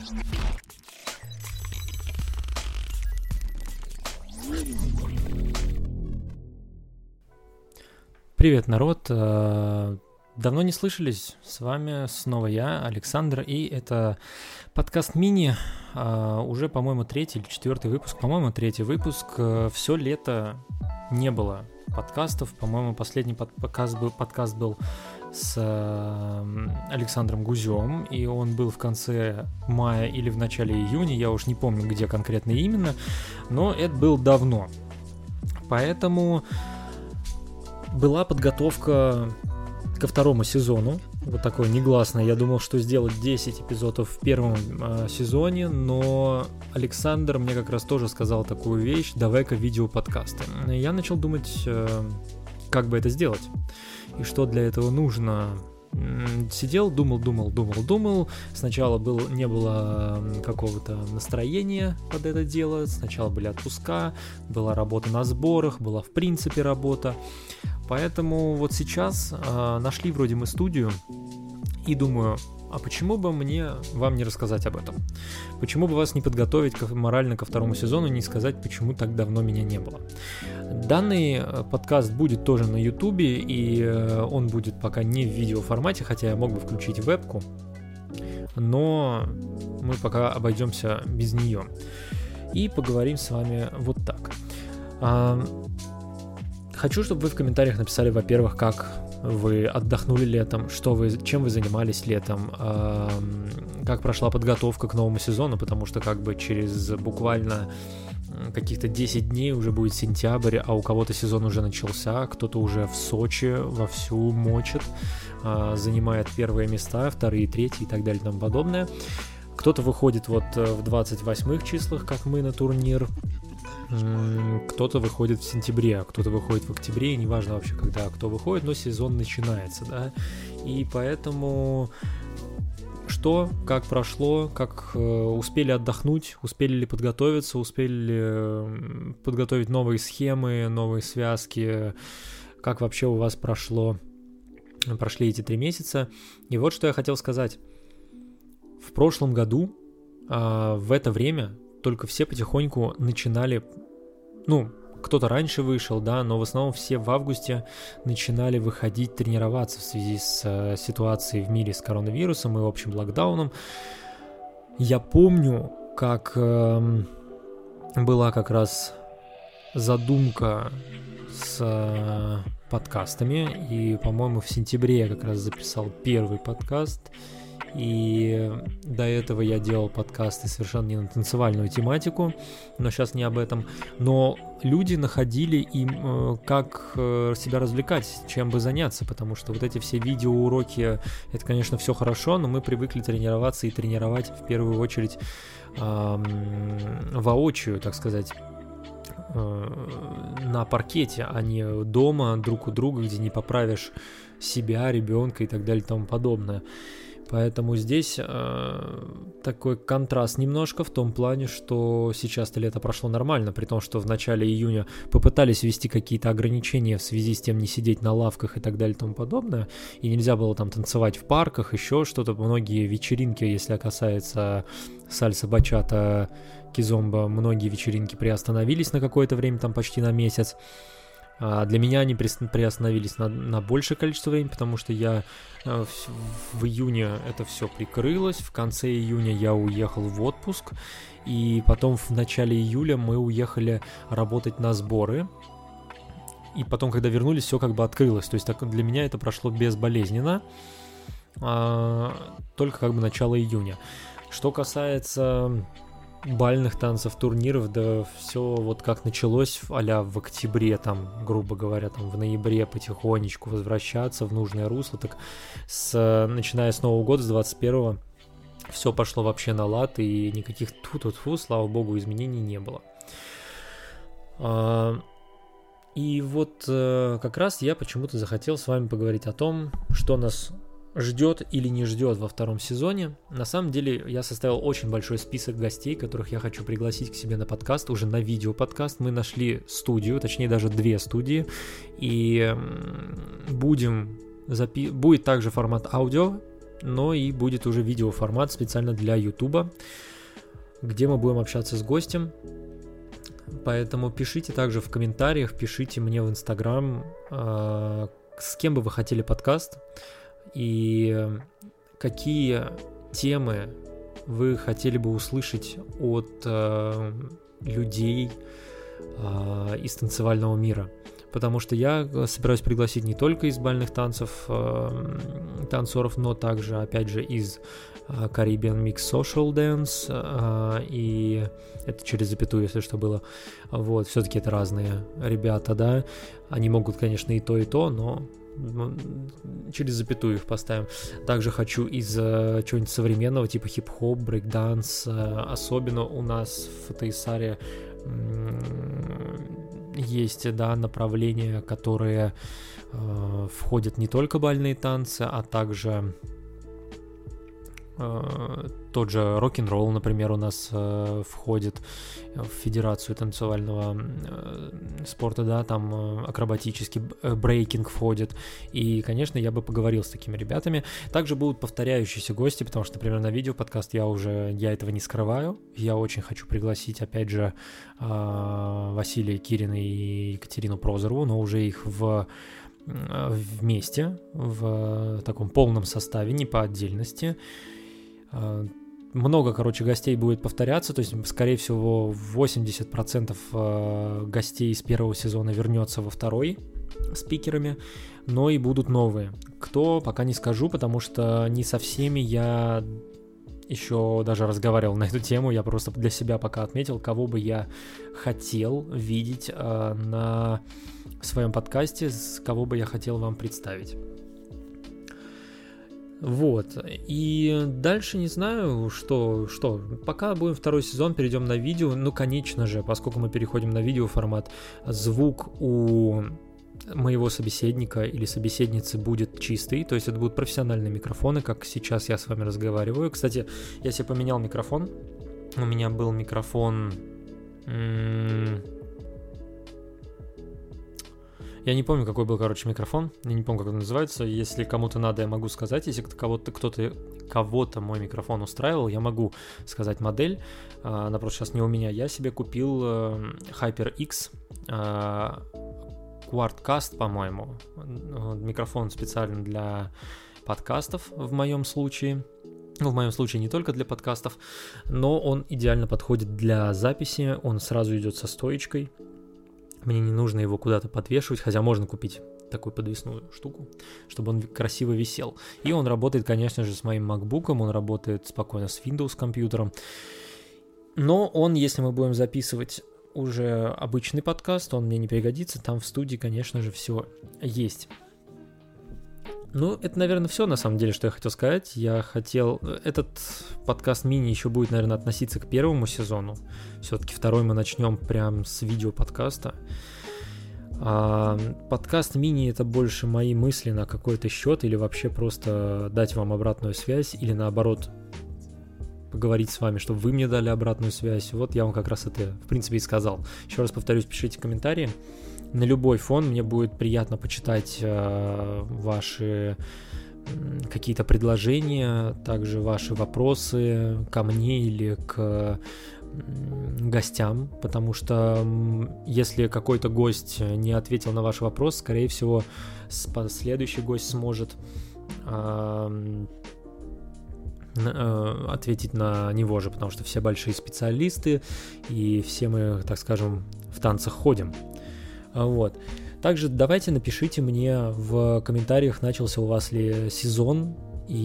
Привет, народ! Давно не слышались, с вами снова я, Александр, и это подкаст мини, уже, по-моему, третий или четвертый выпуск, третий выпуск. Все лето не было подкастов, по-моему, последний подкаст был с Александром Гузевым, и он был в конце мая или в начале июня, я уж не помню, где конкретно именно, но это было давно, поэтому была подготовка ко второму сезону, вот такой негласный. Я думал, что сделать 10 эпизодов в первом сезоне, но Александр мне как раз тоже сказал такую вещь: давай-ка видеоподкасты. Я начал думать, как бы это сделать, и что для этого нужно. Сидел, думал. Сначала не было какого-то настроения под это дело. Сначала были отпуска, была работа на сборах, была в принципе работа. Поэтому вот сейчас нашли вроде мы студию, и думаю, а почему бы вам не рассказать об этом? Почему бы вас не подготовить морально ко второму сезону, не сказать, почему так давно меня не было? Данный подкаст будет тоже на Ютубе, и он будет пока не в видеоформате, хотя я мог бы включить вебку, но мы пока обойдемся без нее. И поговорим с вами вот так. Хочу, чтобы вы в комментариях написали, во-первых, как вы отдохнули летом, чем вы занимались летом, как прошла подготовка к новому сезону, потому что как бы через буквально каких-то 10 дней уже будет сентябрь, а у кого-то сезон уже начался, кто-то уже в Сочи вовсю мочит, занимает первые места, вторые, третьи и так далее и тому подобное. Кто-то выходит вот в 28-х числах, как мы, на турнир. Кто-то выходит в сентябре, а кто-то выходит в октябре, и неважно вообще, когда кто выходит, но сезон начинается, да, и поэтому как прошло, как успели отдохнуть, успели ли подготовиться, успели ли подготовить новые схемы, новые связки, как вообще у вас прошли эти 3 месяца. И вот что я хотел сказать. В прошлом году в это время только все потихоньку начинали, кто-то раньше вышел, да, но в основном все в августе начинали выходить тренироваться в связи с ситуацией в мире с коронавирусом и общим локдауном. Я помню, как была как раз задумка с подкастами, и, по-моему, в сентябре я как раз записал первый подкаст. И до этого я делал подкасты совершенно не на танцевальную тематику, но сейчас не об этом. Но люди находили им, как себя развлекать, чем бы заняться, потому что вот эти все видеоуроки, это, конечно, все хорошо, но мы привыкли тренироваться и тренировать в первую очередь воочию, так сказать, на паркете, а не дома друг у друга, где не поправишь себя, ребенка и так далее и тому подобное. Поэтому здесь такой контраст немножко в том плане, что сейчас-то лето прошло нормально, при том, что в начале июня попытались ввести какие-то ограничения в связи с тем не сидеть на лавках и так далее и тому подобное, и нельзя было там танцевать в парках, еще что-то. Многие вечеринки, если касается сальса, бачата, кизомба, многие вечеринки приостановились на какое-то время, там почти на месяц. Для меня они приостановились на большее количество времени, потому что я в июне это все прикрылось, в конце июня я уехал в отпуск, и потом в начале июля мы уехали работать на сборы, и потом, когда вернулись, все как бы открылось, то есть для меня это прошло безболезненно, только как бы начало июня. Что касается бальных танцев, турниров, да все вот как началось а-ля в октябре, там, грубо говоря, там в ноябре потихонечку возвращаться в нужное русло, так начиная с Нового года, с 21-го, все пошло вообще на лад, и никаких тьфу-тьфу, слава богу, изменений не было. И вот как раз я почему-то захотел с вами поговорить о том, что нас ждет или не ждет во втором сезоне. На самом деле я составил очень большой список гостей, которых я хочу пригласить к себе на подкаст, уже на видеоподкаст. Мы нашли студию, точнее даже 2 студии, и будет также формат аудио но и будет уже видеоформат специально для YouTube, где мы будем общаться с гостем. Поэтому пишите также в комментариях, пишите мне в Instagram, с кем бы вы хотели подкаст и какие темы вы хотели бы услышать от людей из танцевального мира. Потому что я собираюсь пригласить не только из бальных танцев танцоров, но также, опять же, из Caribbean Mix Social Dance, и это через запятую, если что было. Вот, все-таки это разные ребята, да. Они могут, конечно, и то, но через запятую их поставим. Также хочу из чего-нибудь современного, типа хип-хоп, брейк-данс. Особенно у нас в Тайсаре есть, да, направления, которые входят не только бальные танцы, а также тот же рок-н-ролл, например, у нас входит в Федерацию танцевального спорта, да, там акробатический брейкинг входит, и, конечно, я бы поговорил с такими ребятами. Также будут повторяющиеся гости, потому что, например, на видео-подкаст я этого не скрываю, я очень хочу пригласить, опять же, Василия Кирина и Екатерину Прозорову, но уже их вместе, в таком полном составе, не по отдельности. Много, гостей будет повторяться, то есть, скорее всего, 80% гостей из первого сезона вернется во второй спикерами, но и будут новые. Кто, пока не скажу, потому что не со всеми я еще даже разговаривал на эту тему, я просто для себя пока отметил, кого бы я хотел видеть на своем подкасте, кого бы я хотел вам представить. Вот, и дальше не знаю, что, пока будем второй сезон, перейдем на видео, ну, конечно же, поскольку мы переходим на видеоформат, звук у моего собеседника или собеседницы будет чистый, то есть это будут профессиональные микрофоны, как сейчас я с вами разговариваю. Кстати, я себе поменял микрофон, у меня был микрофон... Я не помню, какой был, микрофон. Я не помню, как он называется. Если кому-то надо, я могу сказать. Если кого-то мой микрофон устраивал, я могу сказать модель. Она просто сейчас не у меня. Я себе купил HyperX Quadcast, по-моему. Микрофон специально для подкастов в моем случае. Ну, в моем случае не только для подкастов, но он идеально подходит для записи. Он сразу идет со стоечкой. Мне не нужно его куда-то подвешивать, хотя можно купить такую подвесную штуку, чтобы он красиво висел. И он работает, конечно же, с моим MacBook'ом, он работает спокойно с Windows компьютером. Но он, если мы будем записывать уже обычный подкаст, он мне не пригодится. Там в студии, конечно же, все есть. Ну, это, наверное, все, на самом деле, что я хотел сказать. Этот подкаст мини еще будет, наверное, относиться к первому сезону. Все-таки второй мы начнем прям с видеоподкаста. А подкаст мини — это больше мои мысли на какой-то счет, или вообще просто дать вам обратную связь, или наоборот поговорить с вами, чтобы вы мне дали обратную связь. Вот я вам как раз это, в принципе, и сказал. Еще раз повторюсь, пишите комментарии. На любой фон мне будет приятно почитать ваши какие-то предложения, также ваши вопросы ко мне или к гостям, потому что если какой-то гость не ответил на ваш вопрос, скорее всего, следующий гость сможет ответить на него же, потому что все большие специалисты, и все мы, так скажем, в танцах ходим. Вот. Также давайте напишите мне в комментариях, начался у вас ли сезон,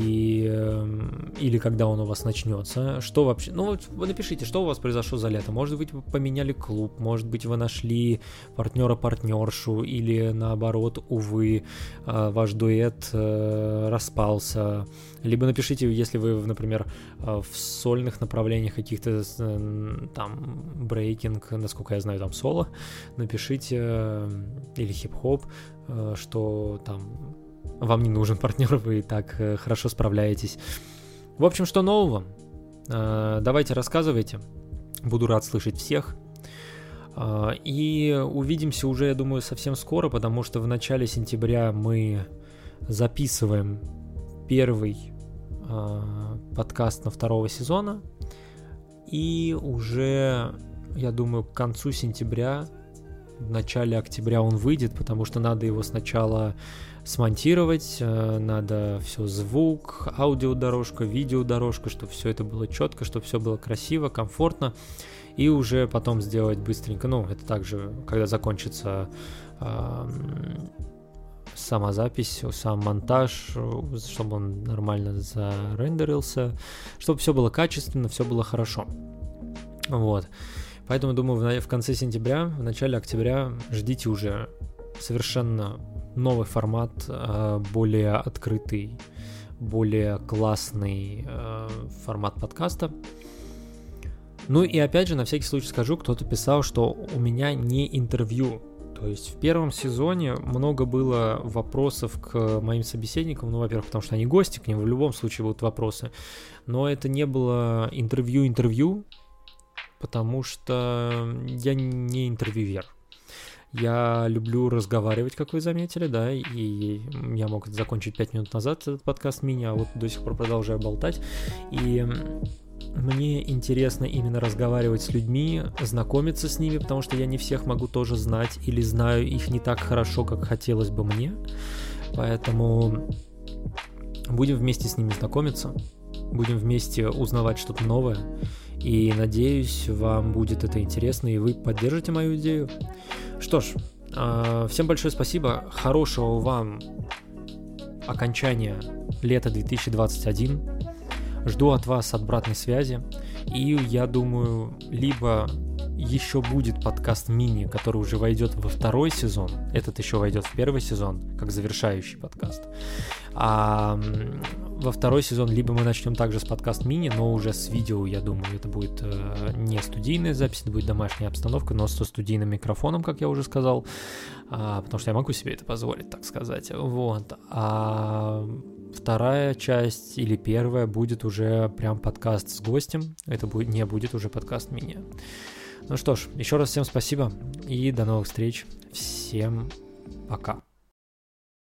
или когда он у вас начнется, что вообще, ну вот вы напишите, что у вас произошло за лето, может быть вы поменяли клуб, может быть вы нашли партнера-партнершу, или наоборот, увы, ваш дуэт распался, либо напишите, если вы, например, в сольных направлениях каких-то, там, брейкинг, насколько я знаю, там соло, напишите, или хип-хоп, что там вам не нужен партнер, вы и так хорошо справляетесь. В общем, что нового? Давайте рассказывайте. Буду рад слышать всех. И увидимся уже, я думаю, совсем скоро, потому что в начале сентября мы записываем первый подкаст на 2 сезона. И уже, я думаю, к концу сентября, в начале октября он выйдет, потому что надо его сначала смонтировать, надо все звук, аудиодорожка, видеодорожка, чтобы все это было четко, чтобы все было красиво, комфортно, и уже потом сделать быстренько, это также, когда закончится сама запись, сам монтаж, чтобы он нормально зарендерился, чтобы все было качественно, все было хорошо. Вот. Поэтому, думаю, в конце сентября, в начале октября ждите уже совершенно новый формат, более открытый, более классный формат подкаста. Ну и опять же, на всякий случай скажу, кто-то писал, что у меня не интервью. То есть в первом сезоне много было вопросов к моим собеседникам, во-первых, потому что они гости, к ним в любом случае будут вопросы, но это не было интервью, потому что я не интервьюер. Я люблю разговаривать, как вы заметили, да, и я мог это закончить 5 минут назад, этот подкаст мини, а вот до сих пор продолжаю болтать, и мне интересно именно разговаривать с людьми, знакомиться с ними, потому что я не всех могу тоже знать или знаю их не так хорошо, как хотелось бы мне, поэтому будем вместе с ними знакомиться, будем вместе узнавать что-то новое, и надеюсь, вам будет это интересно, и вы поддержите мою идею. Что ж, всем большое спасибо, хорошего вам окончания лета 2021. Жду от вас обратной связи, и я думаю, либо еще будет подкаст мини, который уже войдет во 2 сезон, этот еще войдет в 1 сезон, как завершающий подкаст, а во 2 сезон либо мы начнем также с подкаст мини, но уже с видео, я думаю, это будет не студийная запись, это будет домашняя обстановка, но со студийным микрофоном, как я уже сказал, потому что я могу себе это позволить, так сказать, вот, а 2 часть или 1 будет уже прям подкаст с гостем, это не будет уже подкаст мини. Ну что ж, еще раз всем спасибо и до новых встреч, всем пока.